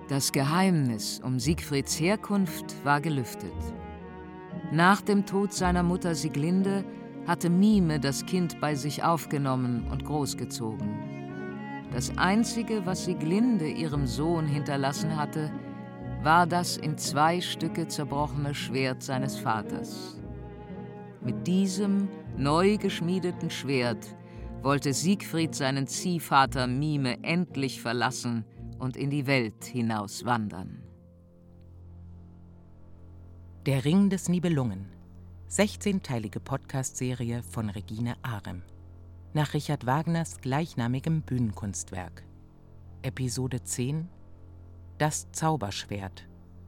Das Geheimnis um Siegfrieds Herkunft war gelüftet. Nach dem Tod seiner Mutter Sieglinde hatte Mime das Kind bei sich aufgenommen und großgezogen. Das Einzige, was Sieglinde ihrem Sohn hinterlassen hatte, war das in 2 Stücke zerbrochene Schwert seines Vaters. Mit diesem neu geschmiedeten Schwert wollte Siegfried seinen Ziehvater Mime endlich verlassen und in die Welt hinaus wandern. Der Ring des Nibelungen. 16-teilige Podcast-Serie von Regine Arem. Nach Richard Wagners gleichnamigem Bühnenkunstwerk. Episode 10: Das Zauberschwert.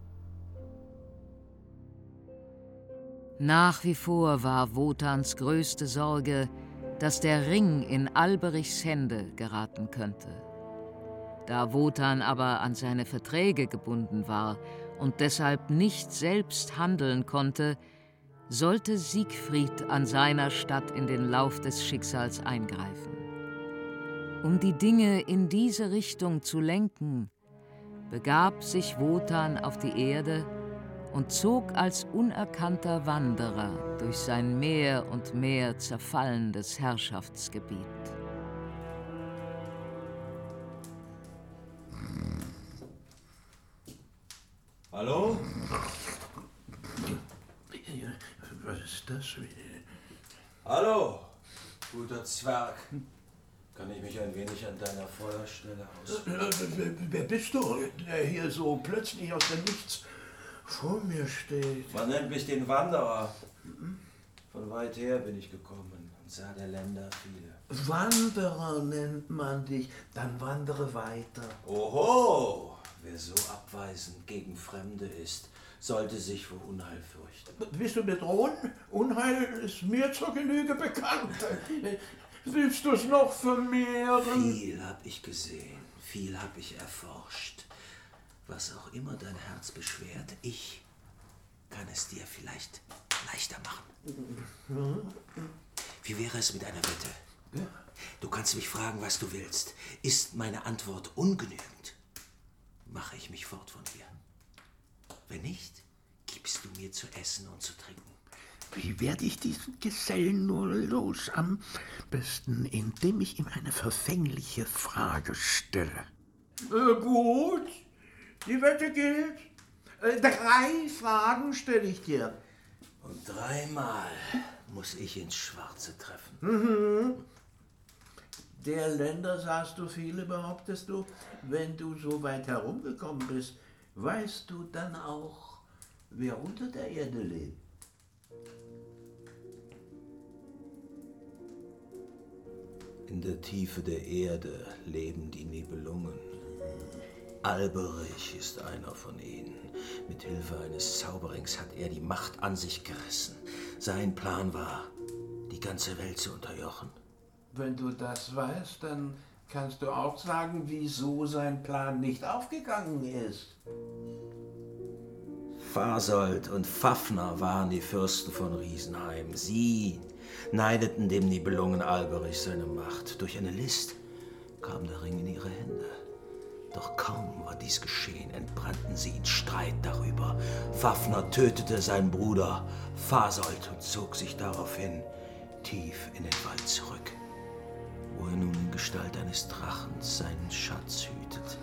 Nach wie vor war Wotans größte Sorge, dass der Ring in Alberichs Hände geraten könnte. Da Wotan aber an seine Verträge gebunden war und deshalb nicht selbst handeln konnte, sollte Siegfried an seiner Statt in den Lauf des Schicksals eingreifen. Um die Dinge in diese Richtung zu lenken, begab sich Wotan auf die Erde und zog als unerkannter Wanderer durch sein mehr und mehr zerfallendes Herrschaftsgebiet. Hallo? Was ist das? Hallo, guter Zwerg. Kann ich mich ein wenig an deiner Feuerstelle aus... Wer bist du, der hier so plötzlich aus dem Nichts vor mir steht? Man nennt mich den Wanderer. Von weit her bin ich gekommen und sah der Länder viele. Wanderer nennt man dich, dann wandere weiter. Oho, wer so abweisend gegen Fremde ist, sollte sich vor Unheil fürchten. Bist du bedroht? Unheil ist mir zur Genüge bekannt. Willst du es noch vermehren? Viel hab ich gesehen, viel hab ich erforscht. Was auch immer dein Herz beschwert, ich kann es dir vielleicht leichter machen. Wie wäre es mit einer Wette? Du kannst mich fragen, was du willst. Ist meine Antwort ungenügend, mache ich mich fort von dir. Wenn nicht, gibst du mir zu essen und zu trinken. Wie werde ich diesen Gesellen nur los? Am besten, indem ich ihm eine verfängliche Frage stelle. Gut, die Wette gilt. 3 Fragen stelle ich dir. Und 3-mal muss ich ins Schwarze treffen. Der Länder sahst du viele, behauptest du. Wenn du so weit herumgekommen bist, weißt du dann auch, wer unter der Erde lebt? In der Tiefe der Erde leben die Nibelungen. Alberich ist einer von ihnen. Mit Hilfe eines Zauberrings hat er die Macht an sich gerissen. Sein Plan war, die ganze Welt zu unterjochen. Wenn du das weißt, dann kannst du auch sagen, wieso sein Plan nicht aufgegangen ist. Fasold und Fafner waren die Fürsten von Riesenheim. Sie neideten dem Nibelungen Alberich seine Macht. Durch eine List kam der Ring in ihre Hände. Doch kaum war dies geschehen, entbrannten sie in Streit darüber. Fafner tötete seinen Bruder Fasold und zog sich daraufhin tief in den Wald zurück, wo er nun in Gestalt eines Drachens seinen Schatz hütet.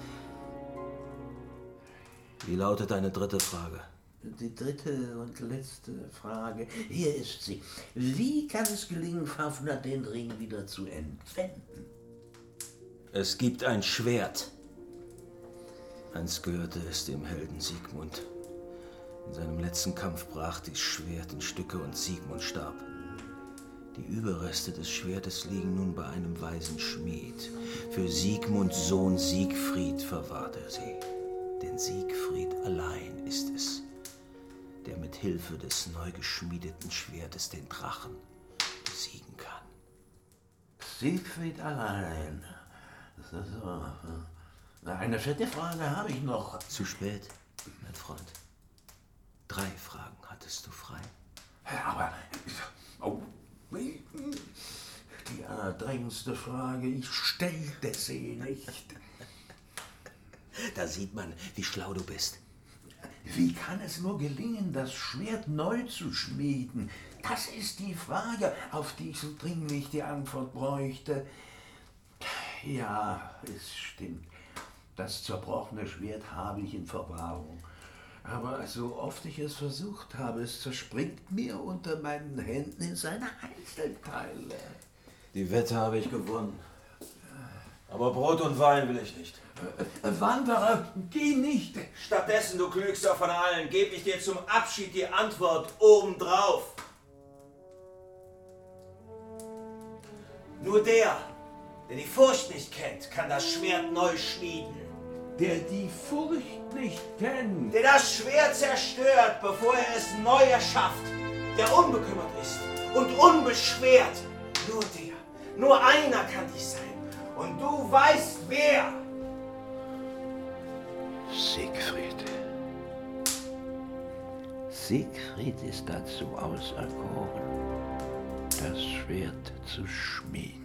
Wie lautet deine 3. Frage? Die 3. und letzte Frage, hier ist sie. Wie kann es gelingen, Fafner den Ring wieder zu entwenden? Es gibt ein Schwert. Einst gehörte es dem Helden Siegmund. In seinem letzten Kampf brach das Schwert in Stücke und Siegmund starb. Die Überreste des Schwertes liegen nun bei einem weisen Schmied. Für Siegmunds Sohn Siegfried verwahrt er sie. Denn Siegfried allein ist es, der mit Hilfe des neu geschmiedeten Schwertes den Drachen besiegen kann. Siegfried allein. So. Eine 4. Frage habe ich noch. Zu spät, mein Freund. 3 Fragen hattest du frei. Aber, die allerdrängendste Frage, ich stellte sie nicht. Da sieht man, wie schlau du bist. Wie kann es nur gelingen, das Schwert neu zu schmieden? Das ist die Frage, auf die ich so dringlich die Antwort bräuchte. Ja, es stimmt. Das zerbrochene Schwert habe ich in Verwahrung. Aber so oft ich es versucht habe, es zerspringt mir unter meinen Händen in seine Einzelteile. Die Wette habe ich gewonnen. Aber Brot und Wein will ich nicht. Wanderer, geh nicht! Stattdessen, du Klügster von allen, gebe ich dir zum Abschied die Antwort obendrauf. Nur der die Furcht nicht kennt, kann das Schwert neu schmieden. Der die Furcht nicht kennt. Der das Schwert zerstört, bevor er es neu erschafft. Der unbekümmert ist und unbeschwert. Nur einer kann dies sein. Und du weißt wer. Siegfried. Siegfried ist dazu auserkoren, das Schwert zu schmieden.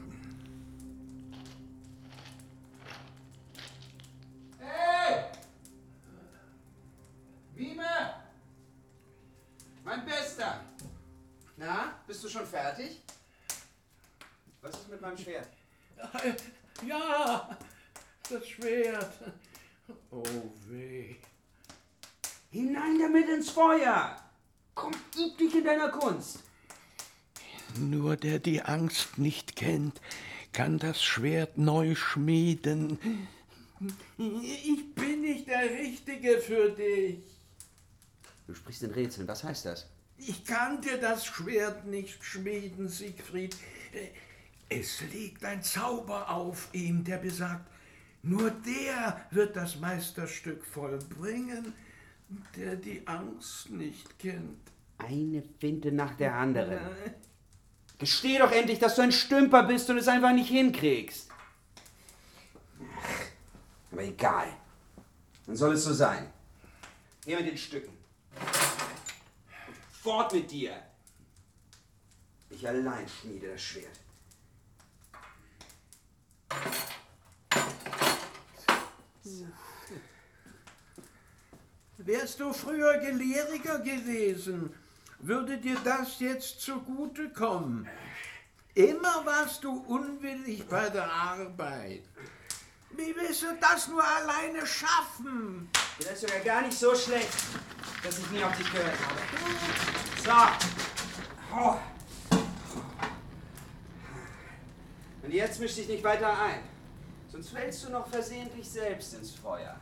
Hey! Wime! Mein Bester! Na, bist du schon fertig? Was ist mit meinem Schwert? Ja, das Schwert. Oh weh. Hinein damit ins Feuer! Komm, üb dich in deiner Kunst! Nur der die Angst nicht kennt, kann das Schwert neu schmieden. Ich bin nicht der Richtige für dich. Du sprichst in Rätseln, was heißt das? Ich kann dir das Schwert nicht schmieden, Siegfried. Es liegt ein Zauber auf ihm, der besagt, nur der wird das Meisterstück vollbringen, der die Angst nicht kennt. Eine Finte nach der anderen. Gesteh doch endlich, dass du ein Stümper bist und es einfach nicht hinkriegst. Aber egal. Dann soll es so sein. Geh mit den Stücken. Fort mit dir. Ich allein schmiede das Schwert. So. Wärst du früher Gelehriger gewesen, würde dir das jetzt zugute kommen. Immer warst du unwillig bei der Arbeit. Wie willst du das nur alleine schaffen? Das ist sogar gar nicht so schlecht, dass ich nie auf dich gehört habe. So. Oh. Und jetzt misch dich nicht weiter ein. Sonst fällst du noch versehentlich selbst ins Feuer.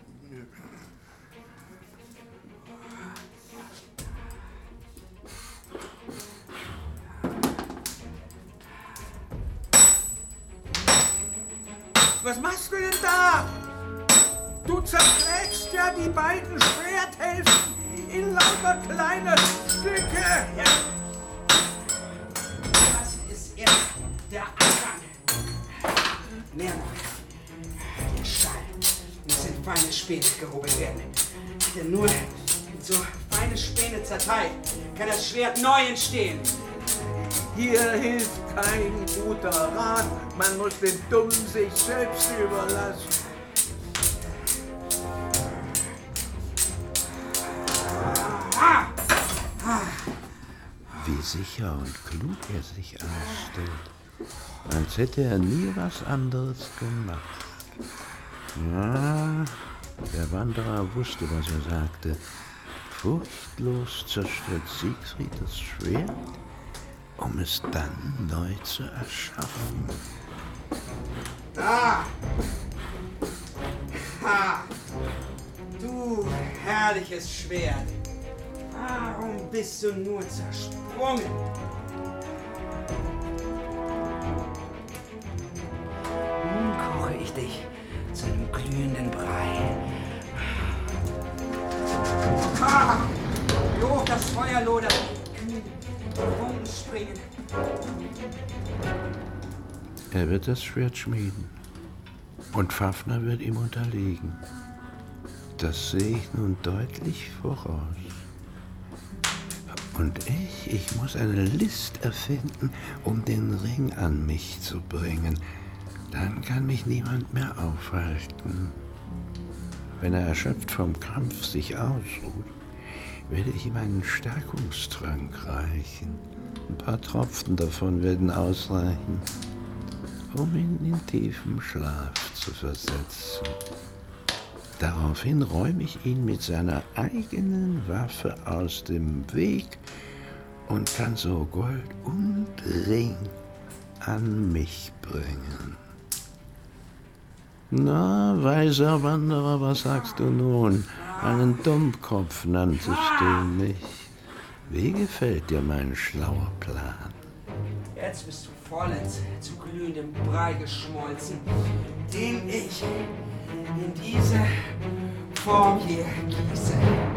Was machst du denn da? Du zerschlägst ja die beiden Schwerthälften in lauter kleine Stücke. Ja. Das ist erst der Anfang. Mehr noch. Der Schall muss in feine Späne gehobelt werden. Denn nur in so feine Späne zerteilt kann das Schwert neu entstehen. Hier hilft kein guter Rat. Man muss den Dummen sich selbst überlassen. Wie sicher und klug er sich anstellt, als hätte er nie was anderes gemacht. Ja, der Wanderer wusste, was er sagte. Furchtlos zerstört Siegfried das Schwert, um es dann neu zu erschaffen. Ah! Ha! Du herrliches Schwert! Warum bist du nur zersprungen? Nun koche ich dich zu einem glühenden Brei. Ha! Wie hoch das Feuer lodert! Funken springen! Er wird das Schwert schmieden und Fafner wird ihm unterliegen. Das sehe ich nun deutlich voraus. Und ich muss eine List erfinden, um den Ring an mich zu bringen. Dann kann mich niemand mehr aufhalten. Wenn er erschöpft vom Kampf sich ausruht, werde ich ihm einen Stärkungstrank reichen. Ein paar Tropfen davon werden ausreichen, um ihn in tiefen Schlaf zu versetzen. Daraufhin räume ich ihn mit seiner eigenen Waffe aus dem Weg und kann so Gold und Ring an mich bringen. Na, weiser Wanderer, was sagst du nun? Einen Dummkopf nanntest du mich. Wie gefällt dir mein schlauer Plan? Jetzt bist du vollends zu glühendem Brei geschmolzen, den ich in diese Form hier gieße.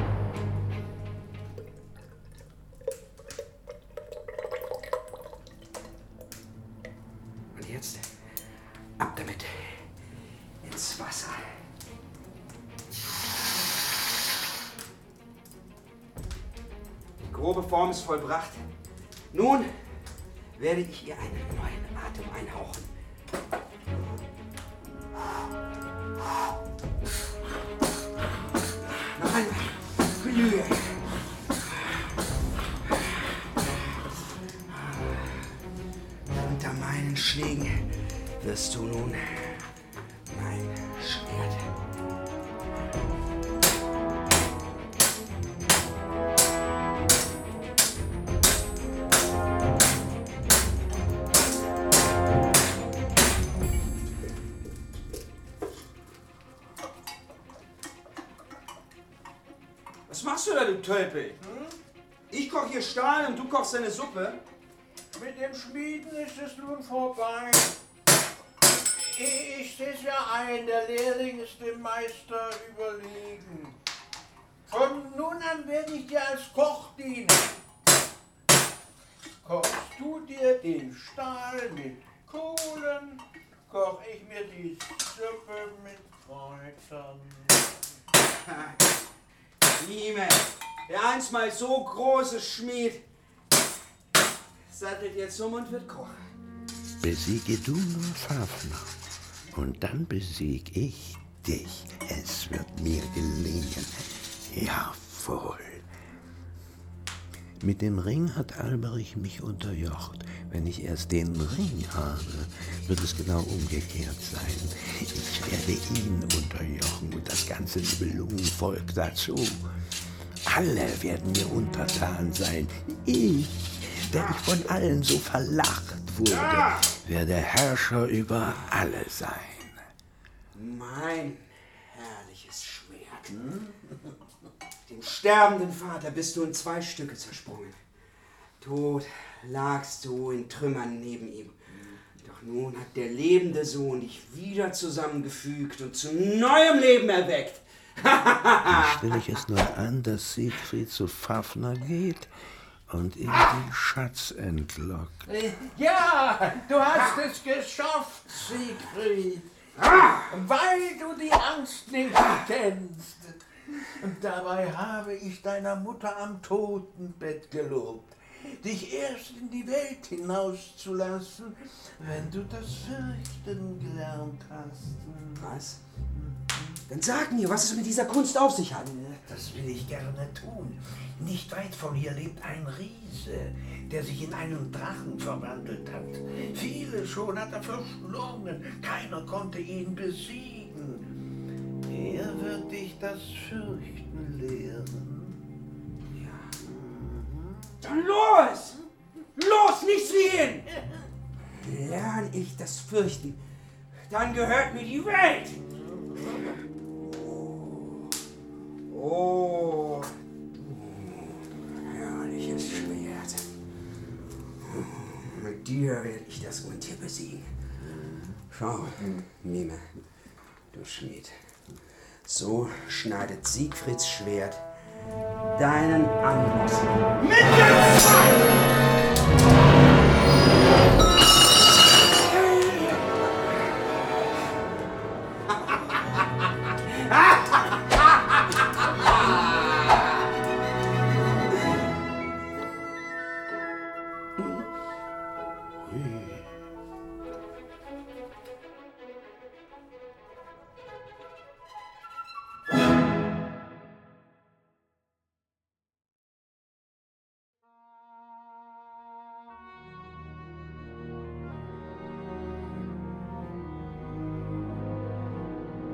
Und jetzt ab damit ins Wasser. Die grobe Form ist vollbracht. Nun werde ich ihr einen neuen Atem einhauchen. Noch einmal Glühe. Unter meinen Schlägen wirst du nun mein Schwert. Was machst du da, du Tölpel? Ich koch hier Stahl und du kochst deine Suppe? Mit dem Schmieden ist es nun vorbei. Ich seh's ja ein, der Lehrling ist dem Meister überlegen. Von nun an werde ich dir als Koch dienen. Kochst du dir den Stahl mit Kohlen, koch ich mir die Suppe mit Kräutern. Niemand, der einstmals so große Schmied, sattelt jetzt um und wird Koch. Besiege du nur Fafner und dann besieg ich dich. Es wird mir gelingen. Jawohl. Mit dem Ring hat Alberich mich unterjocht. Wenn ich erst den Ring habe, wird es genau umgekehrt sein. Ich werde ihn unterjochen und das ganze Nibelungenvolk dazu. Alle werden mir untertan sein. Ich, der ich von allen so verlacht wurde, werde Herrscher über alle sein. Mein herrliches Schwert. Dem sterbenden Vater bist du in 2 Stücke zersprungen. Tot lagst du in Trümmern neben ihm. Doch nun hat der lebende Sohn dich wieder zusammengefügt und zu neuem Leben erweckt. Wie stelle ich es nur an, dass Siegfried zu Fafner geht und ihm den Schatz entlockt? Ja, du hast es geschafft, Siegfried. Weil du die Angst nicht kennst. Und dabei habe ich deiner Mutter am Totenbett gelobt, dich erst in die Welt hinauszulassen, wenn du das Fürchten gelernt hast. Was? Dann sag mir, was es mit dieser Kunst auf sich hat. Das will ich gerne tun. Nicht weit von hier lebt ein Riese, der sich in einen Drachen verwandelt hat. Viele schon hat er verschlungen, keiner konnte ihn besiegen. Er wird dich das Fürchten lehren. Dann los! Los, nichts wie hin! Lern ich das Fürchten, dann gehört mir die Welt! Oh, du herrliches Schwert. Mit dir werde ich das Untier besiegen. Schau, Mime, du Schmied. So schneidet Siegfrieds Schwert deinen Anlass mit dem Schwein!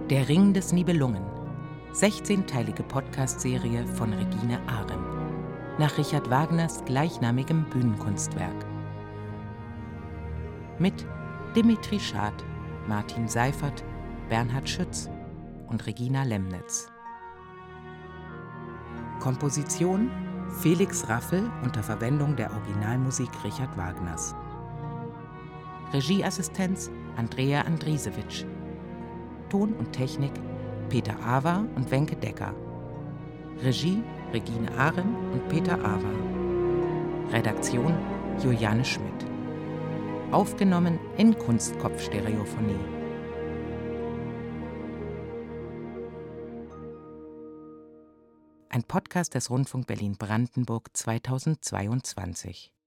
Der Ring des Nibelungen. 16-teilige Podcast-Serie von Regine Arem. Nach Richard Wagners gleichnamigem Bühnenkunstwerk. Mit Dimitri Schad, Martin Seifert, Bernhard Schütz und Regina Lemnitz. Komposition Felix Raffel unter Verwendung der Originalmusik Richard Wagners. Regieassistenz Andrea Andrisewitsch. Ton und Technik Peter Awa und Wenke Decker. Regie Regine Arem und Peter Awa. Redaktion Juliane Schmidt. Aufgenommen in Kunstkopfstereophonie. Ein Podcast des Rundfunk Berlin-Brandenburg 2022.